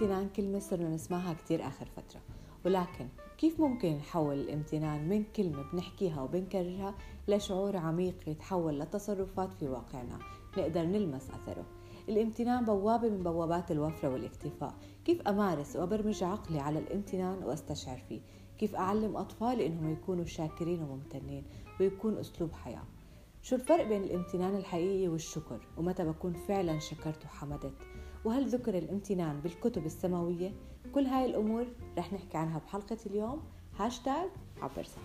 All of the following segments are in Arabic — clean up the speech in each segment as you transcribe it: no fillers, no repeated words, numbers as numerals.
الامتنان كلمة صرنا نسمعها كتير آخر فترة، ولكن كيف ممكن نحول الامتنان من كلمة بنحكيها وبنكررها لشعور عميق يتحول لتصرفات في واقعنا نقدر نلمس أثره؟ الامتنان بوابة من بوابات الوفرة والاكتفاء. كيف أمارس وأبرمج عقلي على الامتنان وأستشعر فيه؟ كيف أعلم أطفالي إنهم يكونوا شاكرين وممتنين ويكون أسلوب حياة؟ شو الفرق بين الامتنان الحقيقي والشكر؟ ومتى بكون فعلا شكرت وحمدت؟ وهل ذكر الامتنان بالكتب السماوية؟ كل هاي الأمور رح نحكي عنها بحلقة اليوم. هاشتاج عبر صح.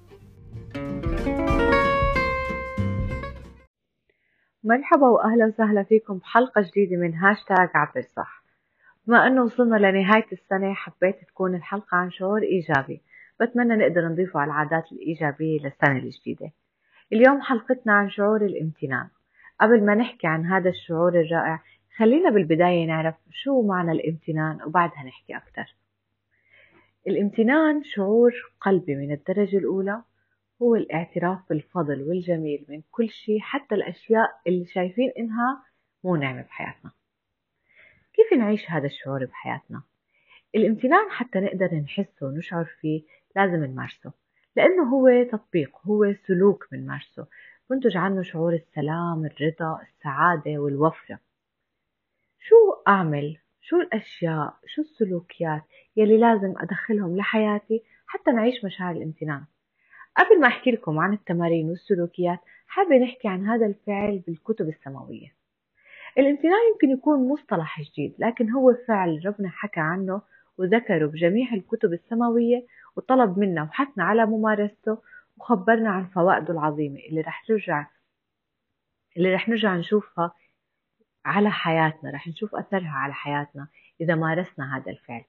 مرحبا وأهلا وسهلا فيكم بحلقة جديدة من هاشتاج عبر صح. بما أنه وصلنا لنهاية السنة، حبيت تكون الحلقة عن شعور إيجابي بتمنى نقدر نضيفه على العادات الإيجابية للسنة الجديدة. اليوم حلقتنا عن شعور الامتنان. قبل ما نحكي عن هذا الشعور الرائع، خلينا بالبداية نعرف شو معنى الامتنان وبعدها نحكي أكثر. الامتنان شعور قلبي من الدرجة الأولى، هو الاعتراف بالفضل والجميل من كل شيء، حتى الأشياء اللي شايفين إنها مو نعمة بحياتنا. كيف نعيش هذا الشعور بحياتنا؟ الامتنان حتى نقدر نحسه ونشعر فيه لازم نمارسه، لأنه هو تطبيق، هو سلوك بنمارسه بنتج عنه شعور السلام، الرضا، السعادة والوفرة. شو أعمل؟ شو الأشياء، شو السلوكيات يلي لازم أدخلهم لحياتي حتى نعيش مشاعر الامتنان؟ قبل ما أحكي لكم عن التمارين والسلوكيات، حابة نحكي عن هذا الفعل بالكتب السماوية. الامتنان يمكن يكون مصطلح جديد، لكن هو فعل ربنا حكى عنه وذكره بجميع الكتب السماوية، وطلب منا وحثنا على ممارسته، وخبرنا عن فوائده العظيمة اللي رح نرجع نشوفها على حياتنا، رح نشوف أثرها على حياتنا إذا مارسنا هذا الفعل.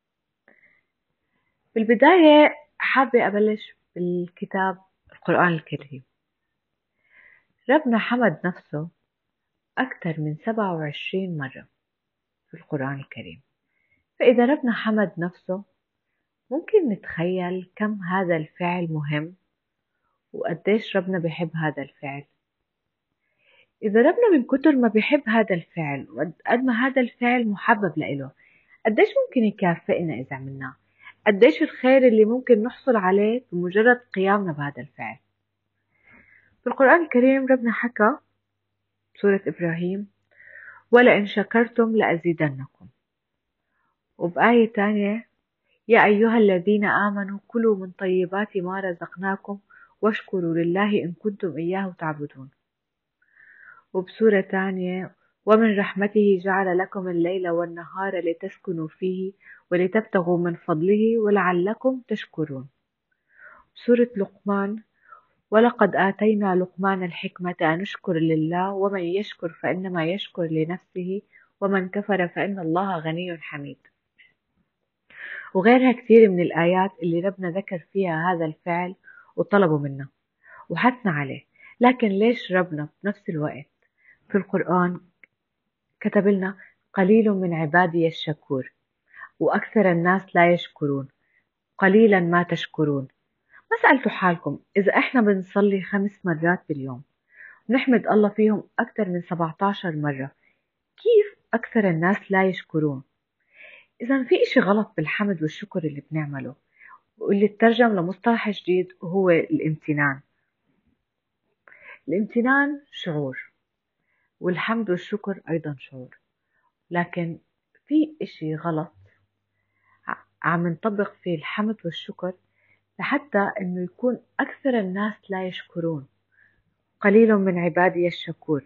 بالبداية حابة أبلش بالكتاب القرآن الكريم. ربنا حمد نفسه أكثر من 27 مرة في القرآن الكريم، فإذا ربنا حمد نفسه ممكن نتخيل كم هذا الفعل مهم وقديش ربنا بيحب هذا الفعل. إذا ربنا من كتر ما بيحب هذا الفعل وقد ما هذا الفعل محبب لإله، قديش ممكن يكافئنا إذا عملناه؟ قديش الخير اللي ممكن نحصل عليه بمجرد قيامنا بهذا الفعل؟ في القرآن الكريم ربنا حكى سورة إبراهيم: ولئن شكرتم لأزيدنكم. وبآية تانية: يا أيها الذين آمنوا كلوا من طيبات ما رزقناكم واشكروا لله إن كنتم إياه تعبدون. وبسورة تانية: ومن رحمته جعل لكم الليل والنهار لتسكنوا فيه ولتبتغوا من فضله ولعلكم تشكرون. بسورة لقمان: ولقد آتينا لقمان الحكمة أن اشكر لله ومن يشكر فإنما يشكر لنفسه ومن كفر فإن الله غني حميد. وغيرها كثير من الآيات اللي ربنا ذكر فيها هذا الفعل وطلبوا منا وحثنا عليه. لكن ليش ربنا بنفس الوقت في القرآن كتب لنا قليل من عبادي الشكور وأكثر الناس لا يشكرون قليلا ما تشكرون؟ ما سألتوا حالكم إذا إحنا بنصلي 5 مرات باليوم ونحمد الله فيهم أكثر من 17 مرة، كيف أكثر الناس لا يشكرون؟ إذا في إشي غلط بالحمد والشكر اللي بنعمله، واللي ترجم لمصطلح جديد هو الامتنان. الامتنان شعور، والحمد والشكر أيضا شعور، لكن في إشي غلط عم نطبق فيه الحمد والشكر لحتى إنه يكون أكثر الناس لا يشكرون قليل من عبادي الشكور.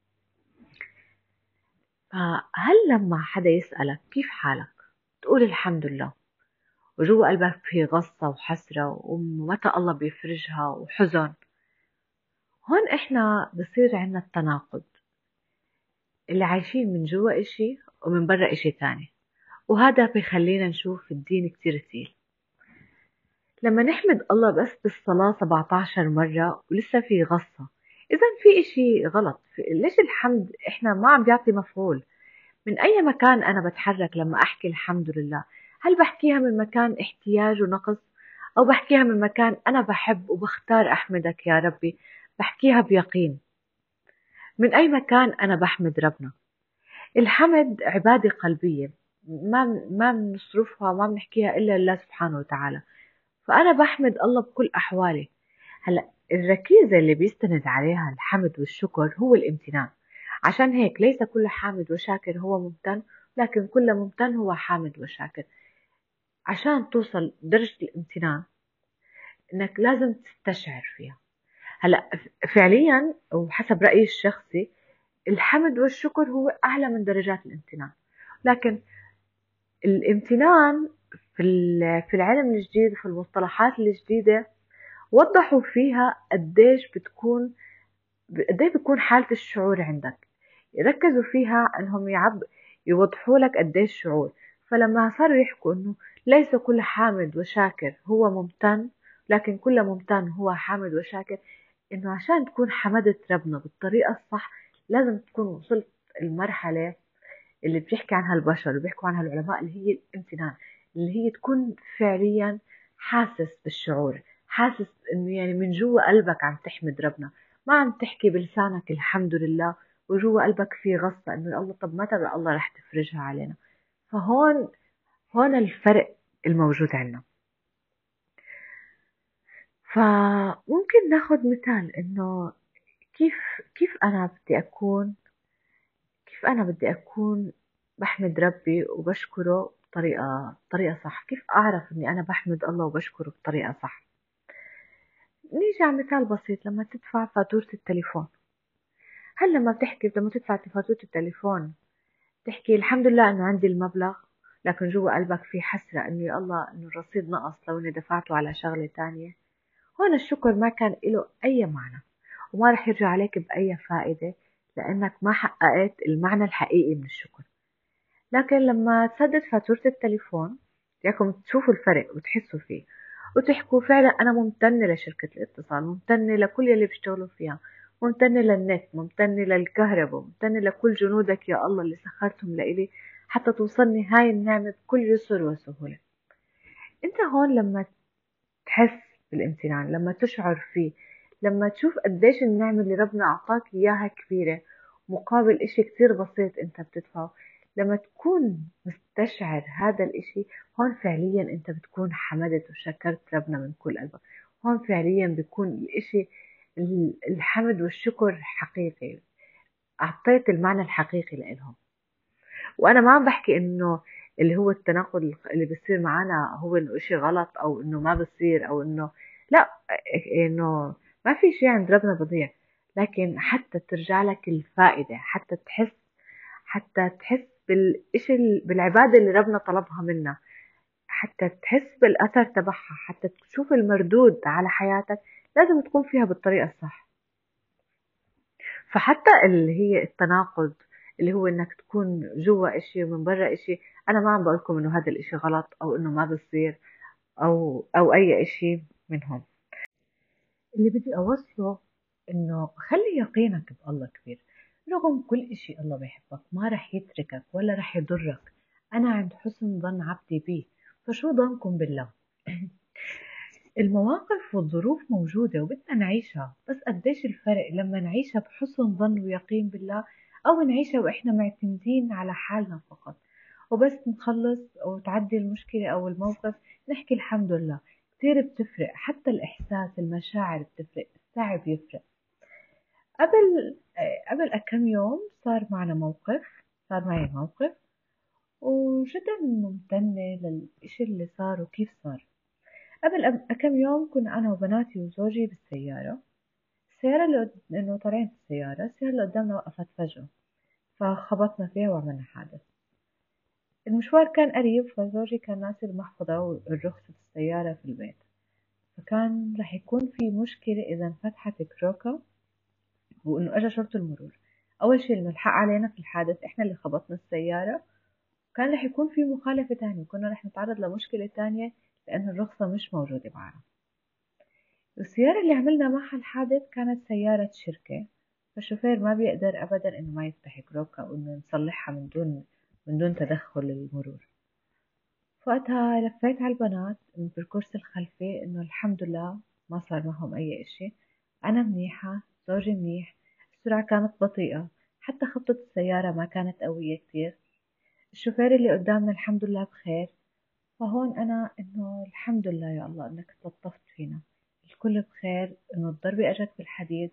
فهل لما حدا يسألك كيف حالك تقول الحمد لله، وجوا قلبك فيه غصة وحسرة ومتى الله بيفرجها وحزن، هون إحنا بصير عنا التناقض، اللي عايشين من جوا إشي ومن برا إشي تاني، وهذا بيخلينا نشوف الدين كتير ثقيل. لما نحمد الله بس بالصلاة 17 مرة ولسه في غصة، إذا في إشي غلط. ليش الحمد إحنا ما عم بيعطي مفعول؟ من أي مكان أنا بتحرك لما أحكي الحمد لله؟ هل بحكيها من مكان احتياج ونقص، أو بحكيها من مكان أنا بحب وبختار أحمدك يا ربي، بحكيها بيقين؟ من أي مكان أنا بحمد ربنا؟ الحمد عبادة قلبية، ما بنصرفها وما بنحكيها إلا لله سبحانه وتعالى. فأنا بحمد الله بكل أحوالي. هلأ الركيزة اللي بيستند عليها الحمد والشكر هو الامتنان. عشان هيك ليس كل حامد وشاكر هو ممتن، لكن كل ممتن هو حامد وشاكر. عشان توصل درجة الامتنان انك لازم تستشعر فيها. هلا فعليا وحسب رأيي الشخصي الحمد والشكر هو أعلى من درجات الامتنان. لكن الامتنان في العلم الجديد وفي المصطلحات الجديدة وضحوا فيها قديش بيكون حالة الشعور عندك. يركزوا فيها انهم يوضحوا لك قديش شعور. فلما صاروا يحكوا انه ليس كل حامد وشاكر هو ممتن، لكن كل ممتن هو حامد وشاكر، انه عشان تكون حمدت ربنا بالطريقة الصح لازم تكون وصلت المرحلة اللي بيحكي عنها البشر وبيحكوا عنها العلماء، اللي هي الامتنان، اللي هي تكون فعليا حاسس بالشعور، حاسس انه يعني من جوا قلبك عم تحمد ربنا، ما عم تحكي بلسانك الحمد لله وجوا قلبك في غصة انه الله طب متى الله رح تفرجها علينا. فهون الفرق الموجود عندنا. فممكن ناخد مثال انه كيف كيف انا بدي اكون كيف أنا بدي أكون بحمد ربي وبشكره بطريقة صح. كيف أعرف إني أنا بحمد الله وبشكره بطريقة صح؟ نيجي على مثال بسيط. لما تدفع فاتورة التليفون، هل لما تدفع فاتورة التليفون تحكي الحمد لله إنه عندي المبلغ، لكن جوا قلبك في حسرة إنه يا الله إنه الرصيد نقص لو إني دفعته على شغلة تانية؟ هون الشكر ما كان له أي معنى وما رح يرجع عليك بأي فائدة، لأنك ما حققت المعنى الحقيقي من الشكر. لكن لما تسدد فاتورة التليفون ياكم تشوفوا الفرق وتحسوا فيه وتحكوا فعلا أنا ممتنة لشركة الاتصال، ممتنة لكل يلي بيشتغلوا فيها، ممتنة للنت، ممتنة للكهرباء، ممتنة لكل جنودك يا الله اللي سخرتهم لإلي حتى توصلني هاي النعمة بكل يسر وسهولة. انت هون لما تحس بالامتنان، لما تشعر فيه، لما تشوف قديش النعمة اللي ربنا أعطاك إياها كبيرة مقابل إشي كتير بسيط أنت بتدفعه، لما تكون مستشعر هذا الإشي، هون فعليا أنت بتكون حمدت وشكرت ربنا من كل قلبك. هون فعليا بيكون الإشي الحمد والشكر حقيقي، أعطيت المعنى الحقيقي لإلهم. وانا ما عم بحكي انه اللي هو التناقض اللي بيصير معنا هو انه اشي غلط او انه ما بصير او انه لا، انه ما في شيء عند ربنا بضيع، لكن حتى ترجع لك الفائدة، حتى تحس بالإشي بالعبادة اللي ربنا طلبها منا، حتى تحس بالأثر تبعها، حتى تشوف المردود على حياتك، لازم تكون فيها بالطريقة الصح. فحتى اللي هي التناقض اللي هو انك تكون جوا اشي ومن برا اشي، انا ما عم بقولكم انه هذا الاشي غلط او انه ما بصير او اي اشي منهم. اللي بدي اوصله انه خلي يقينك بالله كبير. رغم كل اشي الله بيحبك، ما رح يتركك ولا رح يضرك. انا عند حسن ظن عبدي بي، فشو ظنكم بالله؟ المواقف والظروف موجودة وبدنا نعيشها، بس قديش الفرق لما نعيشها بحسن ظن ويقين بالله، أو نعيشها وإحنا معتمدين على حالنا فقط، وبس نخلص وتعدي المشكلة أو الموقف نحكي الحمد لله. كتير بتفرق، حتى الإحساس المشاعر بتفرق، السعي بيفرق. قبل كم يوم صار معي موقف وجدا ممتنة للإشي اللي صار وكيف صار. قبل كم يوم كنا أنا وبناتي وزوجي بالسيارة. إنه طالعين في السيارة اللي قدامنا وقفت فجأة، فخبطنا فيها وعملنا حادث. المشوار كان قريب، فزوجي كان ناسي المحفظة والرخصة السيارة في البيت، فكان رح يكون في مشكلة إذا انفتحت كروكا وإنه أجا شرطة المرور. أول شيء إنه الحق علينا في الحادث، إحنا اللي خبطنا السيارة، كان رح يكون في مخالفة تانية، كنا رح نتعرض لمشكلة تانية لأن الرخصة مش موجودة معنا. السيارة اللي عملنا معها الحادث كانت سيارة شركة، فالشوفير ما بيقدر أبدا إنه ما يفتح كروكا وإنه نصلحها من دون تدخل المرور. وقتها لفيت على البنات بالكرسي الخلفي إنه الحمد لله ما صار معهم أي إشي، أنا منيحة، زوجي منيح، السرعة كانت بطيئة، حتى خبطة السيارة ما كانت قوية كتير. الشوفير اللي قدامنا الحمد لله بخير. فهون أنا إنه الحمد لله يا الله إنك لطفت فينا، الكل بخير، إنه الضربة أجت بالحديد.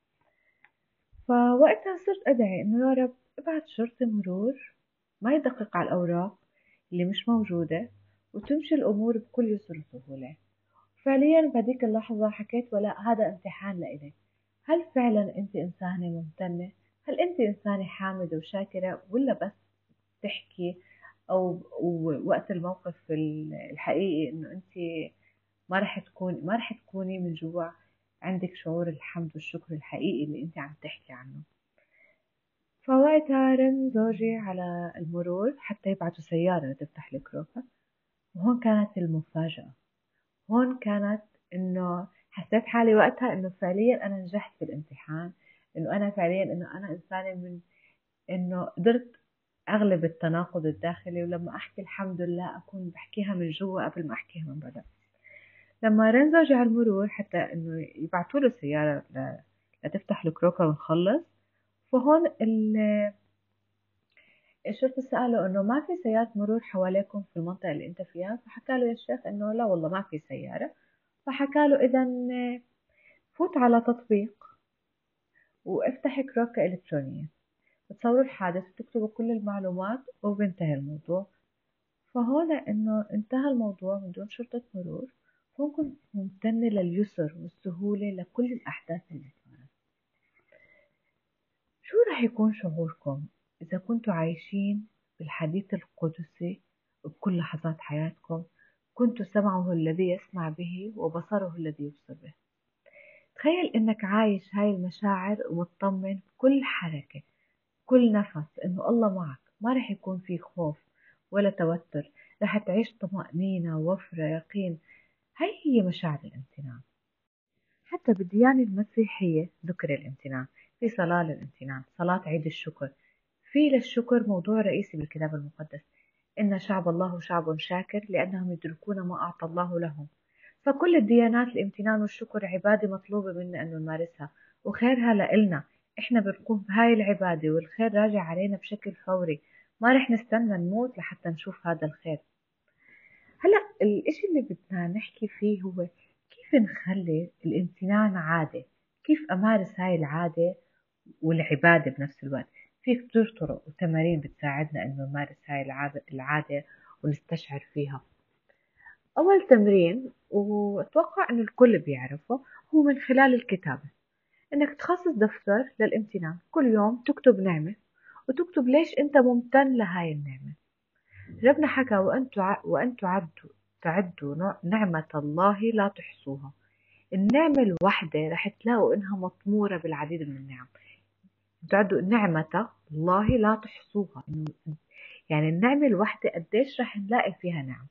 فوقتها صرت أدعي إنه يا رب ابعت شرطي مرور ما يدقق على الأوراق اللي مش موجودة، وتمشي الأمور بكل يسر وسهولة. فعليا بهذيك اللحظة حكيت ولا هذا امتحان لإلك، هل فعلا أنت إنسانة ممتنة؟ هل أنت إنسانة حامدة وشاكرة، ولا بس تحكي أو وقت الموقف الحقيقي إنه أنت ما رح تكوني من جوا عندك شعور الحمد والشكر الحقيقي اللي أنت عم تحكي عنه. فوقتها رن زوجي على المرور حتى يبعتوا سيارة تفتح الكروكة، وهون كانت المفاجأة. هون كانت إنه حسيت حالي وقتها إنه فعليا أنا نجحت في الامتحان، إنه أنا فعليا إنه أنا إنسانة من إنه قدرت أغلب التناقض الداخلي، ولما أحكي الحمد لله أكون بحكيها من جوا قبل ما أحكيها من برا. لما رن زوجي على المرور حتى إنه يبعتوا له سيارة لتفتح الكروكة ونخلص، فهون الشرطي سأله إنه ما في سيارة مرور حواليكم في المنطقة اللي أنت فيها، فحكى له يا شيخ إنه لا والله ما في سيارة. فحكى له إذا فوت على تطبيق وافتح كروكة إلكترونية، بتصوروا الحادث وتكتبوا كل المعلومات وبينتهي الموضوع. فهون إنه انتهى الموضوع من دون شرطة مرور. هون كنت ممتنة لليسر والسهولة لكل الأحداث اللي صارت. شو رح يكون شعوركم إذا كنتوا عايشين بالحديث القدسي بكل لحظات حياتكم؟ كنت سمعه الذي يسمع به وبصره الذي يبصر به. تخيل إنك عايش هاي المشاعر ومطمن بكل حركة، كل نفس إنه الله معك، ما رح يكون في خوف ولا توتر، رح تعيش طمأنينة ووفرة يقين. هاي هي مشاعر الامتنان. حتى بالديانة المسيحية ذكر الامتنان، في صلاة للامتنان، صلاة عيد الشكر. في للشكر موضوع رئيسي بالكتاب المقدس: إن شعب الله شعب شاكر لأنهم يدركون ما أعطى الله لهم. فكل الديانات الامتنان والشكر عبادة مطلوبة منا أنه نمارسها، وخيرها لإلنا. إحنا بنقوم بهاي العبادة والخير راجع علينا بشكل فوري، ما رح نستنى نموت لحتى نشوف هذا الخير. هلأ الإشي اللي بدنا نحكي فيه هو كيف نخلي الامتنان عادة، كيف أمارس هاي العادة والعبادة بنفس الوقت. في كتير طرق وتمارين بتساعدنا إنه نمارس هاي العادة ونستشعر فيها. أول تمرين، وأتوقع إنه الكل بيعرفه، هو من خلال الكتابة. إنك تخصص دفتر للامتنان، كل يوم تكتب نعمة وتكتب ليش أنت ممتن لهاي النعمة. ربنا حكى وأن تعدوا نعمة الله لا تحصوها. النعمة الواحدة رح تلاقوا إنها مطمورة بالعديد من النعم. تعدوا نعمة الله لا تحصوها، يعني النعمة الواحدة قديش رح نلاقي فيها نعم.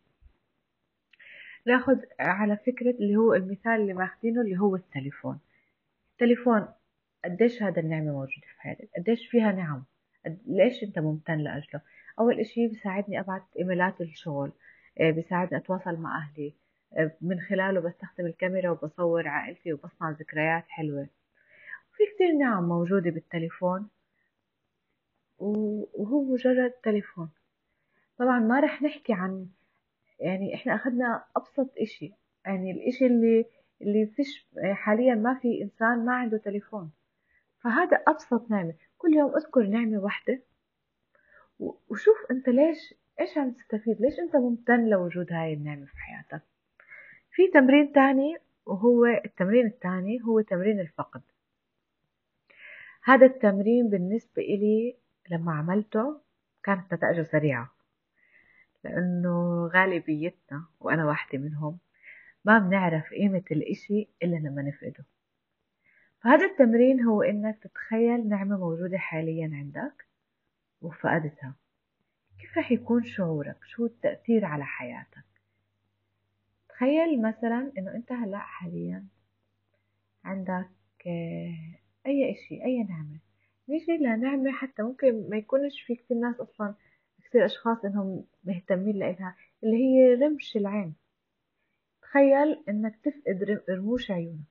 ناخذ على فكرة اللي هو المثال اللي ماخدينه اللي هو التليفون. التليفون قديش هذا النعمة موجودة في حياتك، قديش فيها نعم، ليش انت ممتن لأجله. أول إشي بيساعدني أبعت إيميلات الشغل، بيساعدني أتواصل مع أهلي، من خلاله بستخدم الكاميرا وبصور عائلتي وبصنع ذكريات حلوة. في كتير نعم موجودة بالتليفون، وهو مجرد تليفون. طبعا ما رح نحكي عن، يعني احنا أخذنا أبسط إشي، يعني الإشي اللي فيش حاليا، ما في إنسان ما عنده تليفون. فهذا أبسط نعمة. كل يوم اذكر نعمة واحدة وشوف أنت إيش عم تستفيد، ليش أنت ممتن لوجود هاي النعمة في حياتك. في تمرين تاني، وهو التمرين الثاني هو تمرين الفقد. هذا التمرين بالنسبة إلي لما عملته كانت نتائجه سريعة، لأنه غالبيتنا وأنا واحدة منهم ما بنعرف قيمة الإشي إلا لما نفقده. فهذا التمرين هو إنك تتخيل نعمة موجودة حاليا عندك وفقدتها. كيف رح يكون شعورك؟ شو التأثير على حياتك؟ تخيل مثلا إنه أنت هلأ حاليا عندك أي إشي، أي نعمة. نيجي لنعمة حتى ممكن ما يكونش في كتير ناس أصلا، كتير أشخاص إنهم مهتمين لإلها، اللي هي رمش العين. تخيل إنك تفقد رموش عيونك.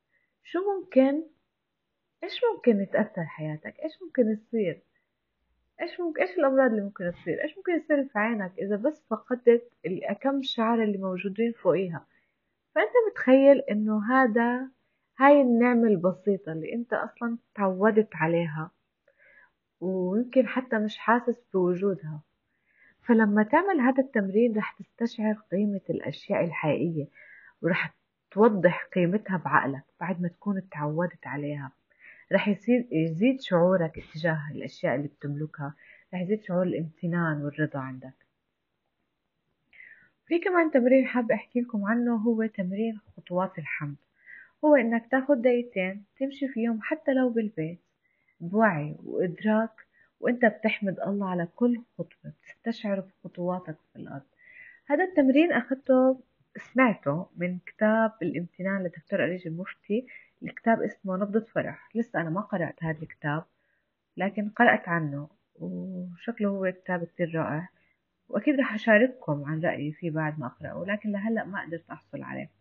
شو ممكن إيش ممكن يتأثر حياتك؟ إيش ممكن يصير؟ إيش الأمراض اللي ممكن تصير؟ إيش ممكن يصير في عينك إذا بس فقدت كم شعر اللي موجودين فوقيها؟ فأنت متخيل إنه هاي النعمة البسيطة اللي أنت أصلا تعودت عليها، ويمكن حتى مش حاسس بوجودها. فلما تعمل هذا التمرين رح تستشعر قيمة الأشياء الحقيقية، ورح توضح قيمتها بعقلك بعد ما تكون تعودت عليها. رح يزيد شعورك اتجاه الأشياء اللي بتملكها، رح يزيد شعور الامتنان والرضا عندك. في كمان تمرين حاب أحكي لكم عنه، هو تمرين خطوات الحمد. هو إنك تاخد دقيقتين تمشي فيهم حتى لو بالبيت بوعي وإدراك، وإنت بتحمد الله على كل خطوة، بتستشعر بخطواتك في الأرض. هذا التمرين سمعته من كتاب الامتنان لدكتور أريج المفتي. الكتاب اسمه نبضة فرح. لسه أنا ما قرأت هذا الكتاب، لكن قرأت عنه وشكله هو كتاب كتير رائع، وأكيد رح أشارككم عن رأيي فيه بعد ما أقرأه، لكن لهلأ ما قدرت أحصل عليه.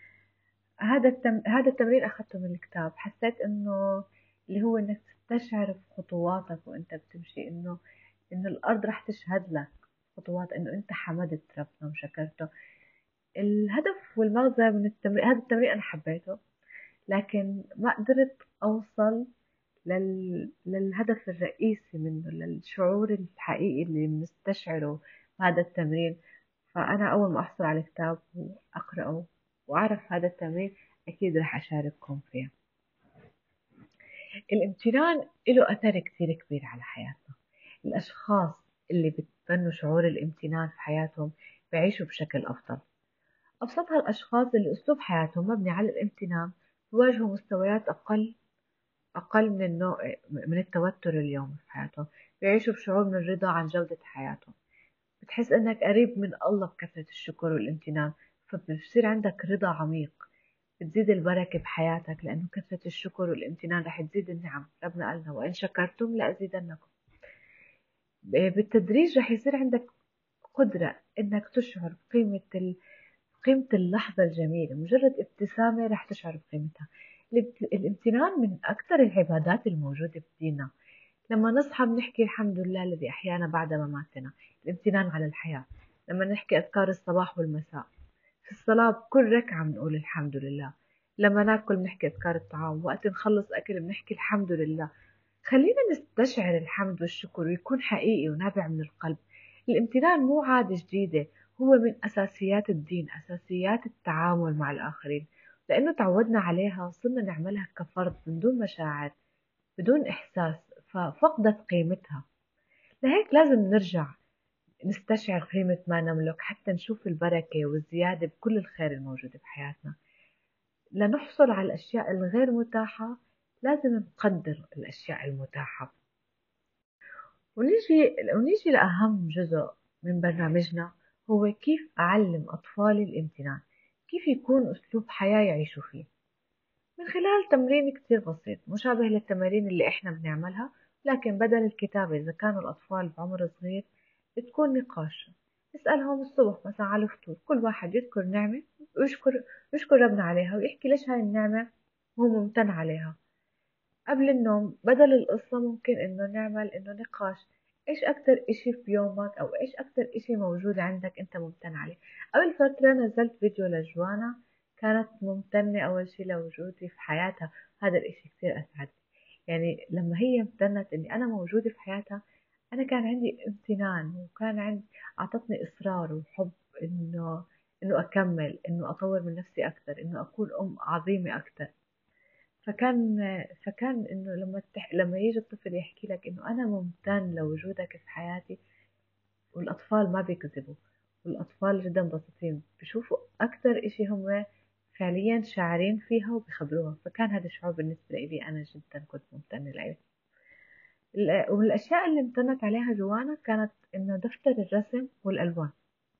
هذا التمرين أخذته من الكتاب. حسيت إنه اللي هو إنك تستشعر بخطواتك وإنت بتمشي، إنه الأرض رح تشهد لك خطوات، إنه أنت حمدت ربنا وشكرته. الهدف والمغزى من هذا التمرين أنا حبيته، لكن ما قدرت أوصل للهدف الرئيسي منه، للشعور الحقيقي اللي بنستشعره بهذا التمرين. فأنا أول ما أحصل على الكتاب وأقرأه وأعرف هذا التمرين أكيد رح أشارككم فيه. الامتنان له أثر كتير كبير على حياتنا. الأشخاص اللي بتبنوا شعور الامتنان في حياتهم بيعيشوا بشكل أفضل. أبسطها الأشخاص اللي أسلوب حياتهم مبني على الامتنان بيواجهوا مستويات أقل من التوتر اليومي في حياتهم، بيعيشوا بشعور من الرضا عن جودة حياتهم. بتحس إنك قريب من الله بكثرة الشكر والامتنان، فبصير عندك رضا عميق. بتزيد البركة بحياتك، لأنه كثرة الشكر والامتنان رح تزيد النعم. ربنا قالنا وإن شكرتم لأزيدنكم. بالتدريج رح يصير عندك قدرة إنك تشعر قيمة اللحظة الجميلة. مجرد ابتسامة رح تشعر بقيمتها. الامتنان من أكثر العبادات الموجودة بديننا. لما نصحى بنحكي الحمد لله الذي أحيانا بعد مماتنا، الامتنان على الحياة. لما نحكي أذكار الصباح والمساء، في الصلاة بكل ركعة بنقول الحمد لله. لما ناكل بنحكي أذكار الطعام، وقت نخلص أكل بنحكي الحمد لله. خلينا نستشعر الحمد والشكر ويكون حقيقي ونابع من القلب. الامتنان مو عادة جديدة، هو من أساسيات الدين، أساسيات التعامل مع الآخرين. لأنه تعودنا عليها صرنا نعملها كفرد من دون مشاعر، بدون إحساس، ففقدت قيمتها. لهيك لازم نرجع نستشعر قيمة ما نملك حتى نشوف البركة والزيادة بكل الخير الموجود بحياتنا. لنحصل على الأشياء الغير متاحة لازم نقدر الأشياء المتاحة. ونيجي لأهم جزء من برنامجنا، هو كيف أعلم أطفالي الامتنان، كيف يكون أسلوب حياة يعيشوا فيه، من خلال تمرين كتير بسيط مشابه للتمارين اللي إحنا بنعملها. لكن بدل الكتابة إذا كانوا الأطفال بعمر صغير بتكون نقاش. نسألهم الصبح مثلا على الفطور، كل واحد يذكر نعمة ويشكر ربنا عليها، ويحكي ليش هاي النعمة هو ممتن عليها. قبل النوم بدل القصة ممكن إنه نعمل إنه نقاش، إيش أكتر إشي في يومك أو إيش أكتر إشي موجود عندك أنت ممتن عليه. قبل فترة نزلت فيديو لجوانا كانت ممتنة أول شي لوجودي في حياتها. هذا الإشي كتير أسعد. يعني لما هي امتنت إني أنا موجودة في حياتها، أنا كان عندي امتنان، وكان عندي أعطتني إصرار وحب إنه أكمل، إنه أطور من نفسي أكتر، إنه أكون أم عظيمة أكتر. فكان فكان إنه لما يجي الطفل يحكي لك إنه أنا ممتن لوجودك في حياتي، والأطفال ما بيكذبوا، والأطفال جدا بسيطين، بيشوفوا أكتر إشي هم فعليا شاعرين فيها وبيخبروها. فكان هذا الشعور بالنسبة لي أنا جدا كنت ممتنة له. والأشياء اللي امتنت عليها جوانا كانت إنه دفتر الرسم والألوان.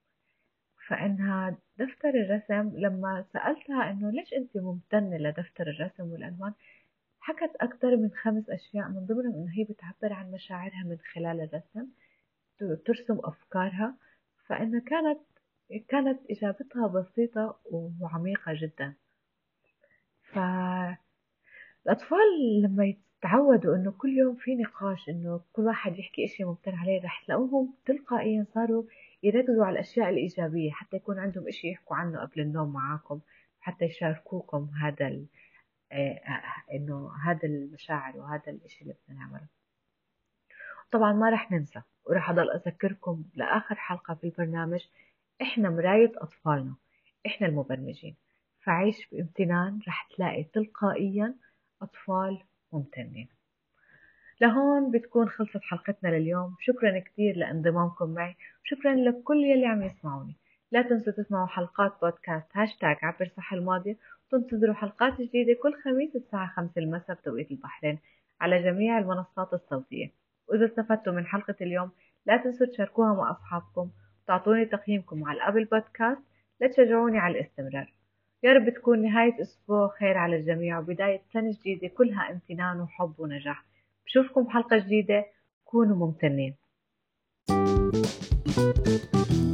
فإنها دفتر الرسم لما سألتها إنه ليش أنت ممتنة لدفتر الرسم والألوان، حكت أكثر من 5 أشياء، من ضمنهم إنه هي بتعبر عن مشاعرها من خلال الرسم، ترسم أفكارها. فإنه كانت إجابتها بسيطة وعميقة جدا. فالأطفال لما تعودوا إنه كل يوم في نقاش، إنه كل واحد يحكي إشي ممتن عليه، رح تلاقوهم تلقائيا صاروا يركزوا على الأشياء الإيجابية، حتى يكون عندهم إشي يحكوا عنه قبل النوم معاكم، حتى يشاركوكم هذا إنه هذا المشاعر وهذا الإشي اللي بدنا نعمله. طبعا ما رح ننسى، ورح أضل أذكركم لآخر حلقة في البرنامج، إحنا مراية أطفالنا، إحنا المبرمجين، فعيش بامتنان رح تلاقي تلقائيا أطفال ممتنين. لهون بتكون خلصت حلقتنا لليوم. شكرا كتير لانضمامكم معي، شكرا لكل يلي عم يسمعوني. لا تنسوا تسمعوا حلقات بودكاست هاشتاج عبر صح الماضي، وتنتظروا حلقات جديدة كل خميس الساعة 5 المساء بتوقيت البحرين على جميع المنصات الصوتية. وإذا استفدتوا من حلقة اليوم لا تنسوا تشاركوها مع أصحابكم، وتعطوني تقييمكم على الأبل بودكاست لتشجعوني على الاستمرار. يا رب تكون نهاية أسبوع خير على الجميع، وبداية سنة جديدة كلها امتنان وحب ونجاح. بشوفكم بحلقة جديدة، كونوا ممتنين.